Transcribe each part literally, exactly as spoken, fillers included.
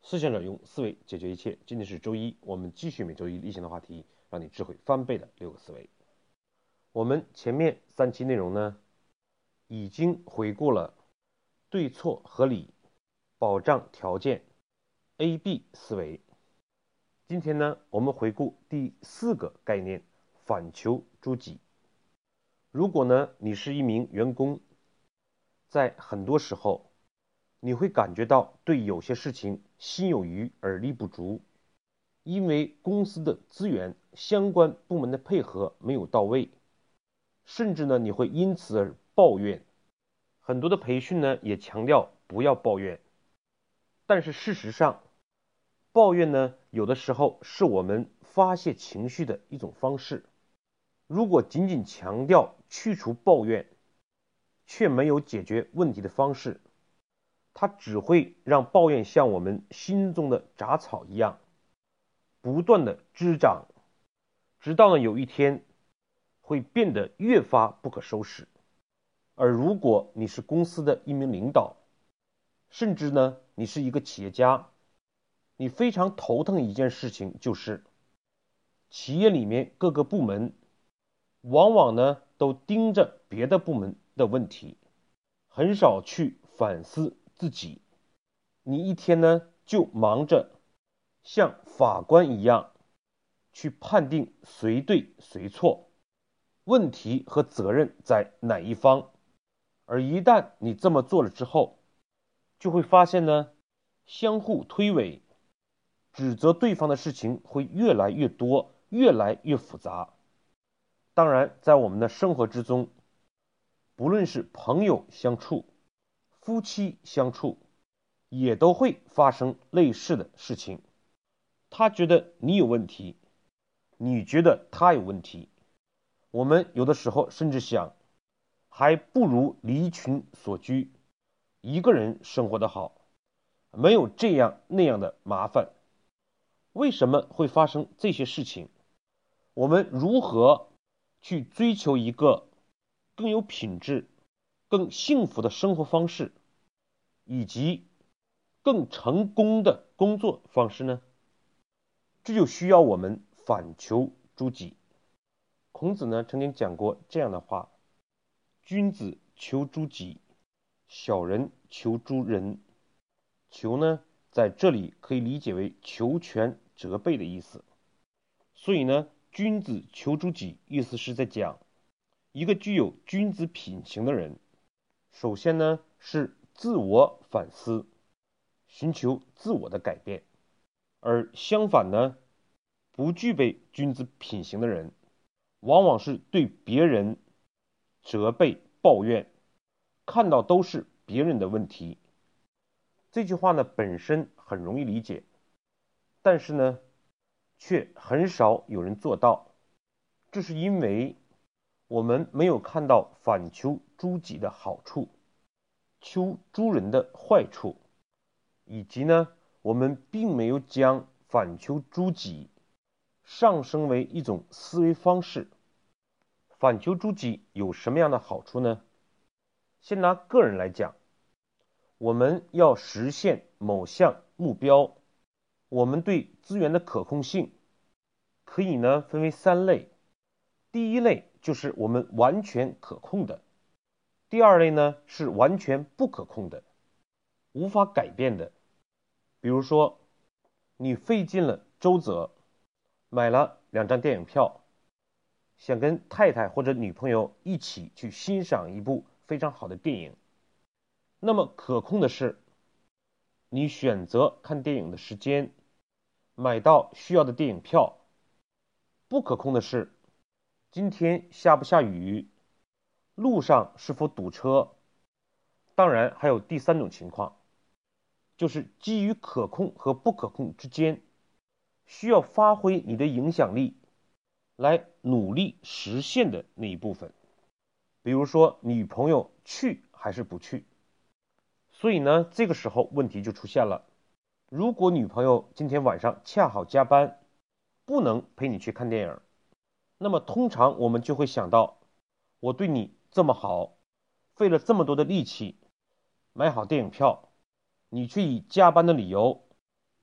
思想者用思维解决一切。今天是周一，我们继续每周一例行的话题，让你智慧翻倍的六个思维。我们前面三期内容呢，已经回顾了对错合理、保障条件、A B 思维。今天呢，我们回顾第四个概念，反求诸己。如果呢，你是一名员工，在很多时候，你会感觉到对有些事情心有余而力不足，因为公司的资源、相关部门的配合没有到位，甚至呢，你会因此而抱怨。很多的培训呢，也强调不要抱怨，但是事实上，抱怨呢，有的时候是我们发泄情绪的一种方式。如果仅仅强调去除抱怨，却没有解决问题的方式，它只会让抱怨像我们心中的杂草一样，不断的滋长，直到呢有一天会变得越发不可收拾。而如果你是公司的一名领导，甚至呢你是一个企业家，你非常头疼一件事情就是，企业里面各个部门往往呢都盯着别的部门的问题，很少去反思自己。你一天呢就忙着像法官一样去判定谁对谁错，问题和责任在哪一方。而一旦你这么做了之后，就会发现呢，相互推诿、指责对方的事情会越来越多，越来越复杂。当然，在我们的生活之中，不论是朋友相处、夫妻相处，也都会发生类似的事情。他觉得你有问题，你觉得他有问题。我们有的时候甚至想，还不如离群所居，一个人生活的好，没有这样那样的麻烦。为什么会发生这些事情？我们如何去追求一个更有品质、更幸福的生活方式，以及更成功的工作方式呢？这就需要我们反求诸己。孔子呢曾经讲过这样的话：君子求诸己，小人求诸人。求呢在这里可以理解为求全责备的意思。所以呢，君子求诸己，意思是在讲一个具有君子品行的人，首先呢是自我反思，寻求自我的改变。而相反呢，不具备君子品行的人，往往是对别人责备抱怨，看到都是别人的问题。这句话呢本身很容易理解，但是呢却很少有人做到。这是因为我们没有看到反求诸己的好处，求诸人的坏处，以及呢我们并没有将反求诸己上升为一种思维方式。反求诸己有什么样的好处呢？先拿个人来讲，我们要实现某项目标，我们对资源的可控性可以呢分为三类。第一类就是我们完全可控的，第二类呢是完全不可控的，无法改变的。比如说，你费尽了周折，买了两张电影票，想跟太太或者女朋友一起去欣赏一部非常好的电影。那么可控的是，你选择看电影的时间，买到需要的电影票。不可控的是，今天下不下雨，路上是否堵车。当然还有第三种情况，就是基于可控和不可控之间，需要发挥你的影响力来努力实现的那一部分。比如说女朋友去还是不去。所以呢，这个时候问题就出现了。如果女朋友今天晚上恰好加班，不能陪你去看电影，那么通常我们就会想到，我对你这么好，费了这么多的力气买好电影票，你却以加班的理由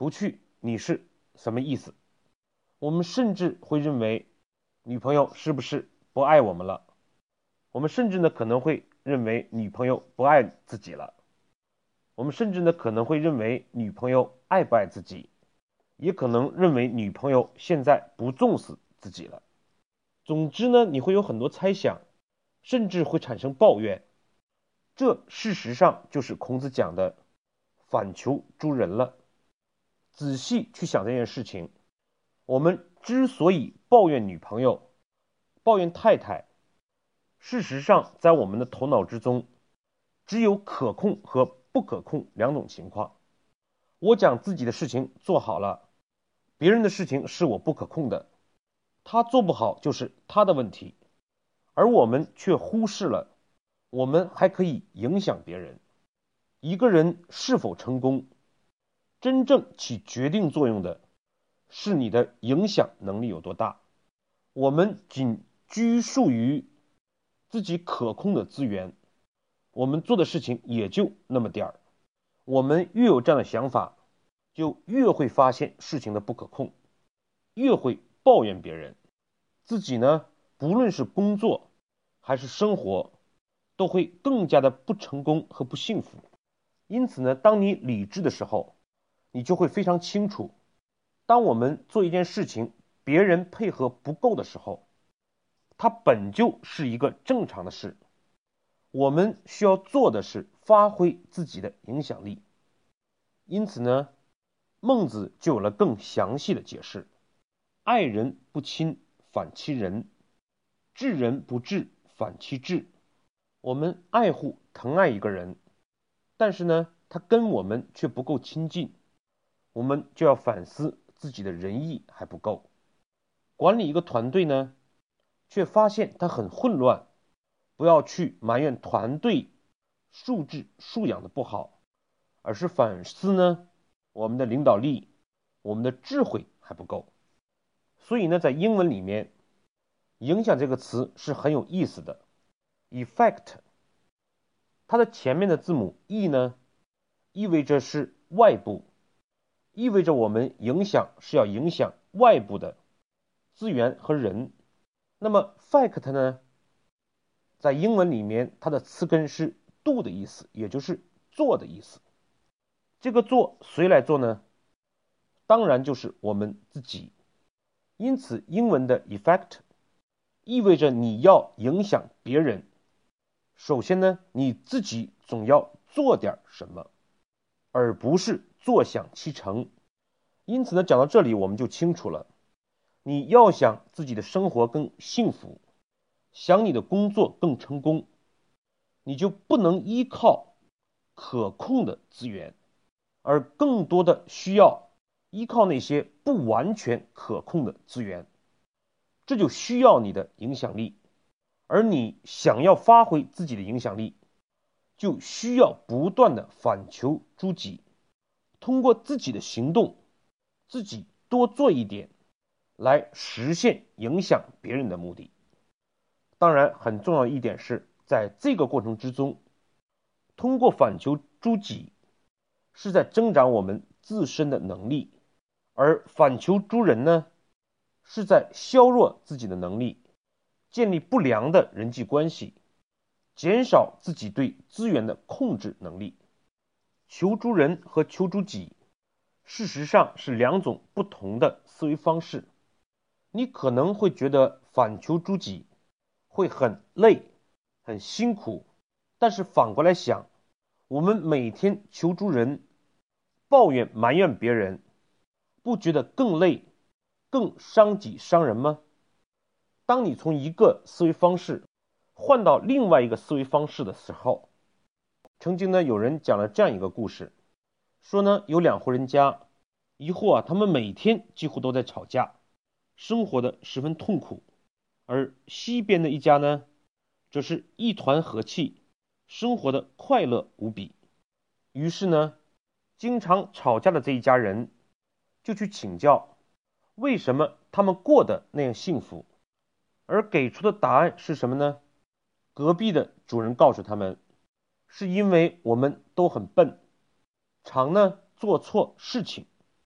不去你是什么意思？我们甚至会认为女朋友是不是不爱我们了？我们甚至呢可能会认为女朋友不爱自己了。我们甚至呢可能会认为女朋友爱不爱自己，也可能认为女朋友现在不重视自己了。总之呢，你会有很多猜想，甚至会产生抱怨。这事实上就是孔子讲的反求诸人了。仔细去想这件事情，我们之所以抱怨女朋友、抱怨太太，事实上在我们的头脑之中，只有可控和不可控两种情况。我讲自己的事情做好了，别人的事情是我不可控的，他做不好就是他的问题，而我们却忽视了我们还可以影响别人。一个人是否成功，真正起决定作用的是你的影响能力有多大。我们仅拘束于自己可控的资源，我们做的事情也就那么点儿。我们越有这样的想法，就越会发现事情的不可控，越会抱怨别人。自己呢，不论是工作还是生活，都会更加的不成功和不幸福。因此呢，当你理智的时候，你就会非常清楚，当我们做一件事情，别人配合不够的时候，它本就是一个正常的事。我们需要做的是发挥自己的影响力。因此呢，孟子就有了更详细的解释：爱人不亲，反其仁；治人不治，反其智。我们爱护疼爱一个人，但是呢，他跟我们却不够亲近，我们就要反思自己的仁义还不够。管理一个团队呢，却发现它很混乱，不要去埋怨团队素质素养的不好，而是反思呢，我们的领导力，我们的智慧还不够。所以呢，在英文里面，影响这个词是很有意思的。effect， 它的前面的字母 e 呢，意味着是外部，意味着我们影响是要影响外部的资源和人。那么 fact 呢，在英文里面它的词根是 do 的意思，也就是做的意思。这个做谁来做呢？当然就是我们自己。因此英文的 effect 意味着你要影响别人，首先呢，你自己总要做点什么，而不是坐享其成。因此呢，讲到这里我们就清楚了，你要想自己的生活更幸福，想你的工作更成功，你就不能依靠可控的资源，而更多的需要依靠那些不完全可控的资源。这就需要你的影响力，而你想要发挥自己的影响力，就需要不断的反求诸己，通过自己的行动，自己多做一点，来实现影响别人的目的。当然，很重要的一点是，在这个过程之中，通过反求诸己，是在增长我们自身的能力，而反求诸人呢，是在削弱自己的能力，建立不良的人际关系，减少自己对资源的控制能力。求诸人和求诸己，事实上是两种不同的思维方式。你可能会觉得反求诸己会很累、很辛苦，但是反过来想，我们每天求诸人，抱怨埋怨别人，不觉得更累、更伤己伤人吗？当你从一个思维方式换到另外一个思维方式的时候，曾经呢有人讲了这样一个故事，说呢有两户人家，一户啊他们每天几乎都在吵架，生活的十分痛苦，而西边的一家呢，则是一团和气，生活的快乐无比。于是呢，经常吵架的这一家人就去请教，为什么他们过得那样幸福？而给出的答案是什么呢？隔壁的主人告诉他们，是因为我们都很笨，常呢做错事情，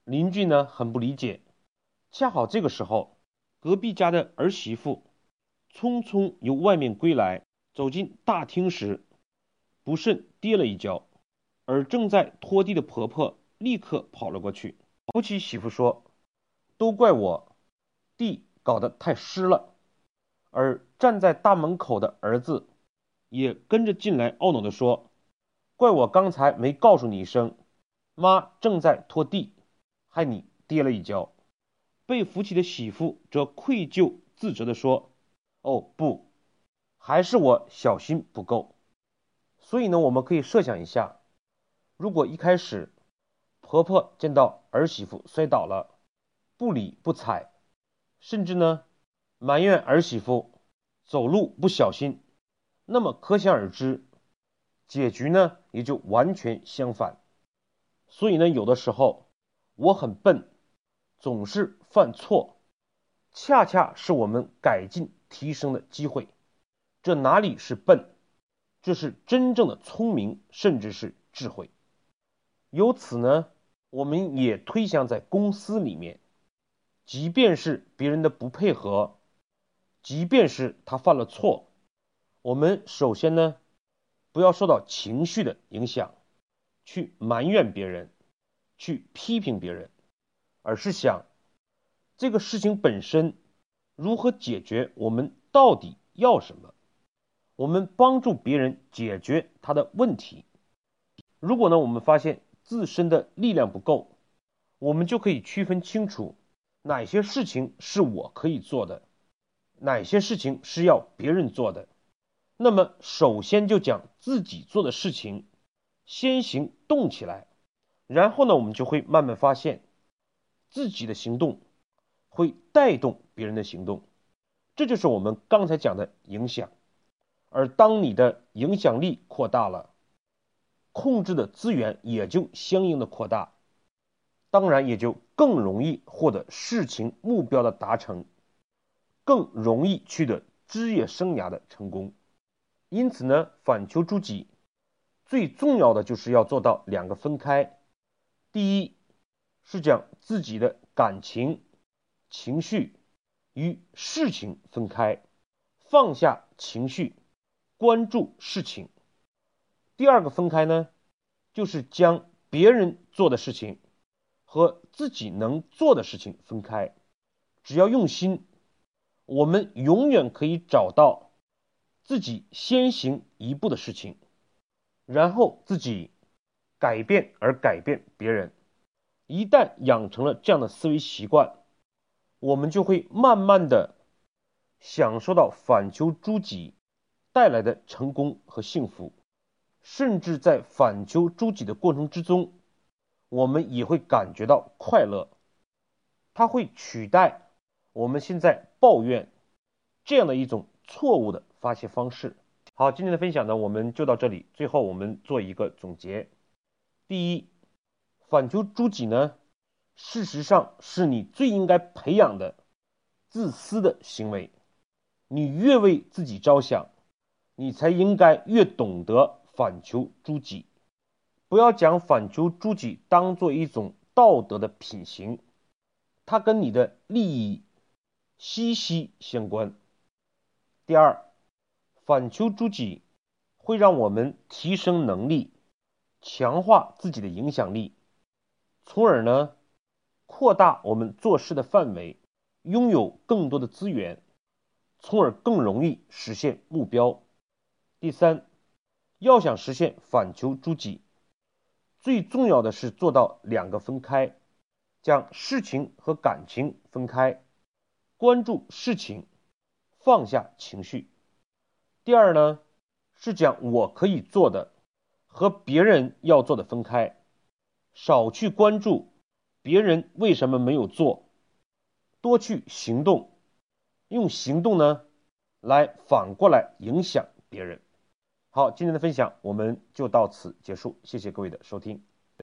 邻居呢很不理解。恰好这个时候，隔壁家的儿媳妇匆匆由外面归来，走进大厅时，不慎跌了一跤，而正在拖地的婆婆立刻跑了过去，扶起媳妇说：“都怪我，地搞得太湿了。”而站在大门口的儿子也跟着进来，懊恼地说：“怪我刚才没告诉你一声，妈正在拖地，害你跌了一跤。”被扶起的媳妇则愧疚自责地说：“哦不，还是我小心不够。”所以呢，我们可以设想一下，如果一开始婆婆见到儿媳妇摔倒了，不理不睬，甚至呢埋怨儿媳妇走路不小心，那么可想而知，结局呢也就完全相反。所以呢，有的时候我很笨，总是犯错，恰恰是我们改进提升的机会。这哪里是笨，这是真正的聪明，甚至是智慧。由此呢，我们也推想在公司里面，即便是别人的不配合，即便是他犯了错，我们首先呢，不要受到情绪的影响，去埋怨别人，去批评别人，而是想这个事情本身如何解决，我们到底要什么，我们帮助别人解决他的问题。如果呢，我们发现自身的力量不够，我们就可以区分清楚哪些事情是我可以做的，哪些事情是要别人做的。那么首先就将自己做的事情先行动起来，然后呢，我们就会慢慢发现自己的行动会带动别人的行动，这就是我们刚才讲的影响。而当你的影响力扩大了，控制的资源也就相应的扩大，当然也就更容易获得事情目标的达成，更容易取得职业生涯的成功。因此呢，反求诸己最重要的就是要做到两个分开。第一是将自己的感情、情绪与事情分开，放下情绪，关注事情。第二个分开呢，就是将别人做的事情和自己能做的事情分开。只要用心，我们永远可以找到自己先行一步的事情，然后自己改变而改变别人。一旦养成了这样的思维习惯，我们就会慢慢的享受到反求诸己带来的成功和幸福。甚至在反求诸己的过程之中，我们也会感觉到快乐，它会取代我们现在抱怨这样的一种错误的发泄方式。好，今天的分享呢，我们就到这里。最后我们做一个总结。第一，反求诸己呢，事实上是你最应该培养的自私的行为。你越为自己着想，你才应该越懂得反求诸己。不要将反求诸己当做一种道德的品行，它跟你的利益息息相关。第二，反求诸己会让我们提升能力，强化自己的影响力，从而呢扩大我们做事的范围，拥有更多的资源，从而更容易实现目标。第三，要想实现反求诸己，最重要的是做到两个分开，将事情和感情分开，关注事情，放下情绪。第二呢，是将我可以做的和别人要做的分开，少去关注别人为什么没有做，多去行动，用行动呢来反过来影响别人。好，今天的分享我们就到此结束，谢谢各位的收听。